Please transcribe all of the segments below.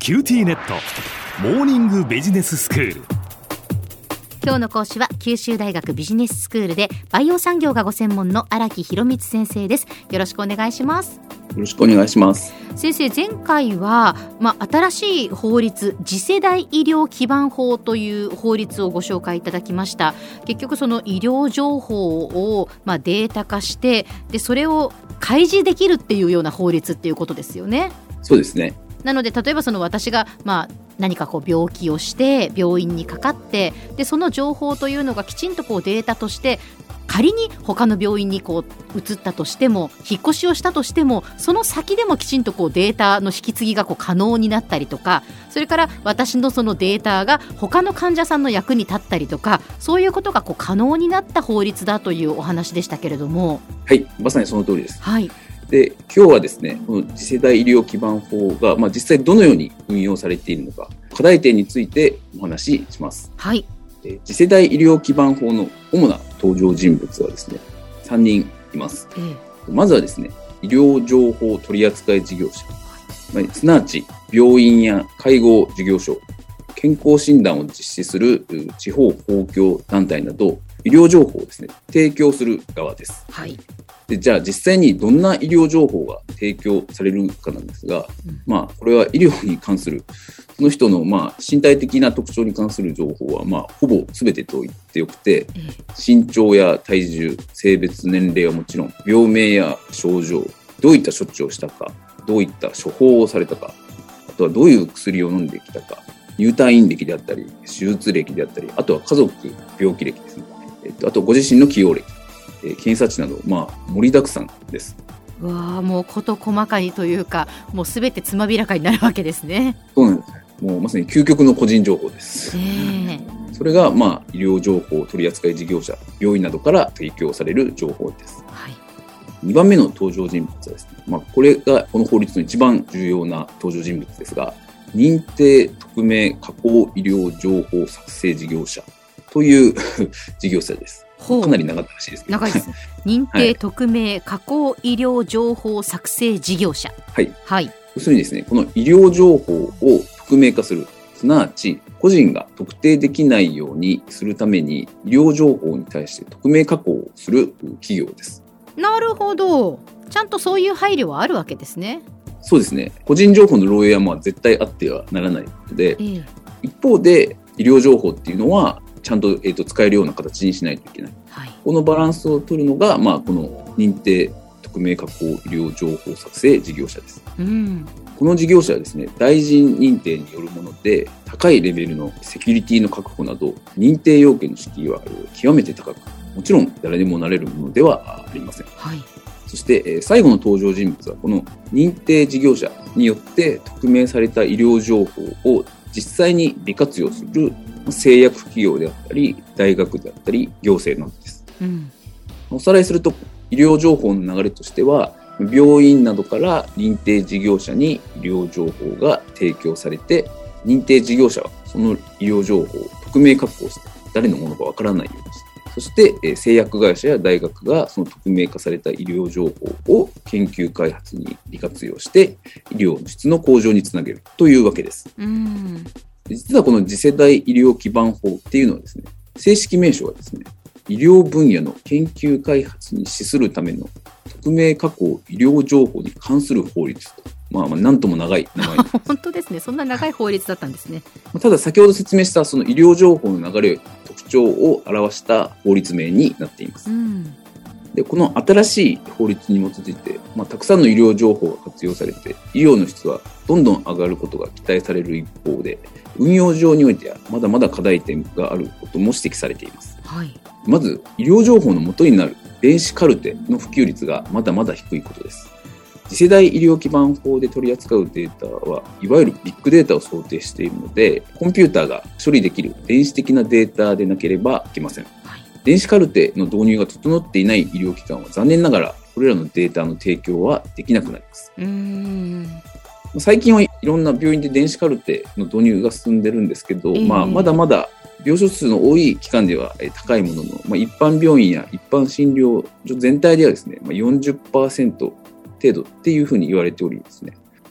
キューティーネットモーニングビジネススクール。 今日の講師は九州大学ビジネススクールでバイオ産業がご専門の荒木博光先生です。よろしくお願いします。 よろしくお願いします。 先生、前回は、新しい法律、次世代医療基盤法という法律をご紹介いただきました。結局その医療情報を、データ化してでそれを開示できるっていうような法律っていうことですよね。 そうですね。 なので例えば私が、何か病気をして病院にかかってでその情報というのがきちんとデータとして仮に他の病院に移ったとしても引っ越しをしたとしてもその先でもきちんとデータの引き継ぎが可能になったりとか、それから私のそのデータが他の患者さんの役に立ったりとか、そういうことが可能になった法律だというお話でしたけれども。 はい、まさにその通りです。 はい。 で、今日はですね、この次世代医療基盤法が、実際どのように運用されているのか、課題点についてお話しします。 はい。 次世代医療基盤法の主な登場人物はですね、3人います。まずはですね、医療情報取扱事業者、すなわち病院や介護事業所、健康診断を実施する地方公共団体など、医療情報をですね、提供する側です。 はい。 で、じゃあ実際にどんな医療情報が提供されるかなんですが、これは医療に関するその人の身体的な特徴に関する情報はほぼ全てと言ってよくて、身長や体重、性別、年齢はもちろん、病名や症状、どういった処置をしたか、どういった処方をされたか、あとはどういう薬を飲んできたか、入退院歴であったり、手術歴であったり、あとは家族、病気歴ですね。あとご自身の起用歴、検査値など、盛りだくさんです。 うわー、もう事細かにというか、もうすべてつまびらかになるわけですね。 そうなんです。もうまさに究極の個人情報です。それが、医療情報取扱事業者、病院などから提供される情報です。 はい。 2番目の登場人物はですね、これがこの法律の一番重要な登場人物ですが、認定匿名加工医療情報作成事業者という事業者です。かなり長ったらしいですけど。 長いです。認定匿名加工医療情報作成事業者。 はい。 はい。 要するにですね、この医療情報を匿名化する、すなわち個人が特定できないようにするために医療情報に対して匿名加工をする企業です。なるほど。ちゃんとそういう配慮はあるわけですね。 そうですね。個人情報の漏洩は絶対あってはならないので、一方で医療情報っていうのはちゃんと、使えるような形にしないといけない。はい、このバランスを取るのが、この認定匿名加工医療情報作成事業者です。この事業者はですね、大臣認定によるもので、高いレベルのセキュリティの確保など、認定要件の敷居は極めて高く、もちろん誰でもなれるものではありません。はい。そして、最後の登場人物は、この認定事業者によって匿名された医療情報を実際に利活用する製薬企業であったり、大学であったり、行政などです。おさらいすると、医療情報の流れとしては、病院などから認定事業者に医療情報が提供されて、認定事業者はその医療情報を匿名確保して、誰のものかわからないようにして、そして製薬会社や大学がその匿名化された医療情報を研究開発に利活用して、医療の質の向上につなげるというわけです。実はこの次世代医療基盤法っていうのはですね、正式名称はですね、医療分野の研究開発に資するための匿名加工医療情報に関する法律と、なんとも長い名前です。 本当ですね。そんな長い法律だったんですね。 ただ先ほど説明したその医療情報の流れ、特徴を表した法律名になっています。で、この新しい法律に基づいて、たくさんの医療情報が活用されて、医療の質はどんどん上がることが期待される一方で、運用上においてはまだまだ課題点があることも指摘されています。はい。まず、医療情報の元になる電子カルテの普及率がまだまだ低いことです。次世代医療基盤法で取り扱うデータはいわゆるビッグデータを想定しているので、コンピューターが処理できる電子的なデータでなければいけません。はい、電子カルテの導入が整っていない医療機関は残念ながらこれらのデータの提供はできなくなります。最近はいろんな病院で電子カルテの導入が進んでるんですけど、まだまだ病床数の多い機関では高いものの、一般病院や一般診療所全体ではですね、40% 程度っていうふうに言われておりですね、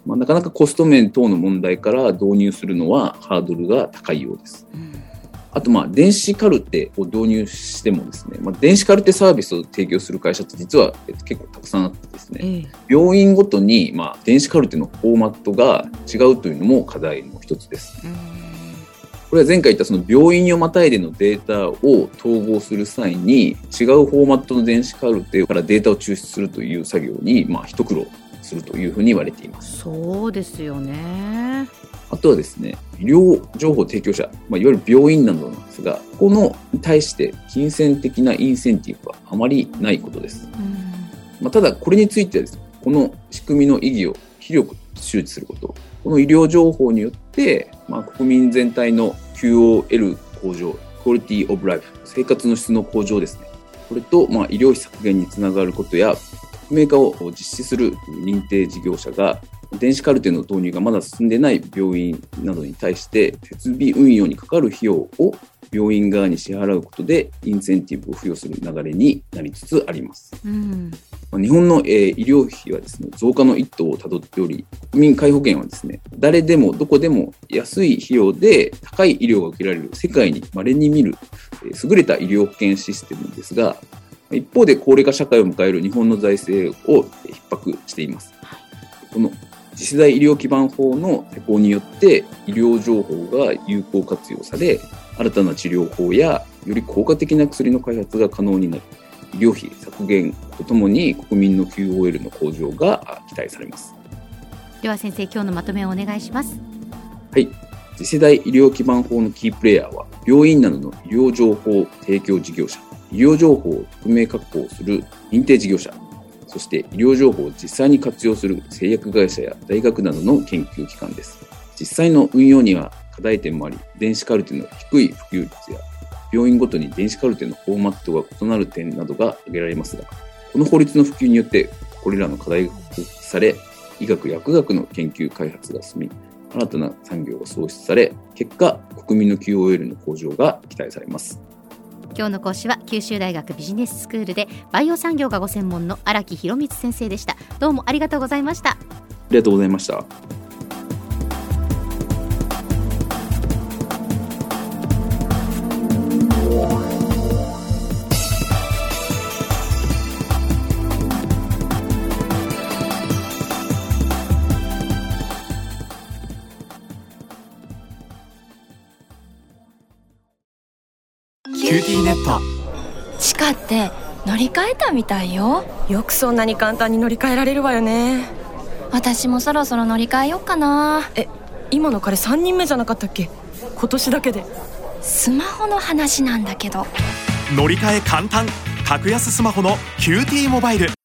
なかなかコスト面等の問題から導入するのはハードルが高いようです。あと電子カルテを導入してもですね、電子カルテサービスを提供する会社って実は結構たくさんあってですね、病院ごとに電子カルテのフォーマットが違うというのも課題の一つです。これは前回言ったその病院をまたいでのデータを統合する際に違うフォーマットの電子カルテからデータを抽出するという作業に一苦労するというふうに言われています。 そうですよね。 あとはですね、医療情報提供者、いわゆる病院などなんですが、このに対して金銭的なインセンティブはあまりないことです。ただこれについてはですね、この仕組みの意義を広く周知すること、この医療情報によって、国民全体の QOL 向上、クオリティオブライフ、生活の質の向上ですね。これと、医療費削減につながることや、匿名化を実施する認定事業者が、電子カルテの導入がまだ進んでない病院などに対して設備運用にかかる費用を病院側に支払うことでインセンティブを付与する流れになりつつあります。日本の、医療費はですね、増加の一途をたどっており、国民皆保険はですね、誰でもどこでも安い費用で高い医療が受けられる世界に稀に見る優れた医療保険システムですが、一方で高齢化社会を迎える日本の財政を逼迫しています。この次世代医療基盤法の施行によって医療情報が有効活用され、新たな治療法やより効果的な薬の開発が可能になり、医療費削減とともに国民の QOL の向上が期待されます。 では先生、今日のまとめをお願いします。 はい、次世代医療基盤法のキープレイヤーは病院などの医療情報提供事業者、医療情報を匿名確保する認定事業者、そして医療情報を実際に活用する製薬会社や大学などの研究機関です。実際の運用には課題点もあり、電子カルテの低い普及率や病院ごとに電子カルテのフォーマットが異なる点などが挙げられますが、この法律の普及によってこれらの課題が克服され、医学薬学の研究開発が進み、新たな産業が創出され、結果国民の QOL の向上が期待されます。 今日の講師は九州大学ビジネススクールでバイオ産業がご専門の荒木博光先生でした。どうもありがとうございました。 ありがとうございました。 キューティーネット。 地下って乗り換えたみたいよ。 よくそんなに簡単に乗り換えられるわよね。 私もそろそろ乗り換えようかな。 今の彼3人目じゃなかったっけ？今年だけで。 スマホの話なんだけど。 乗り換え簡単、格安スマホのキューティーモバイル。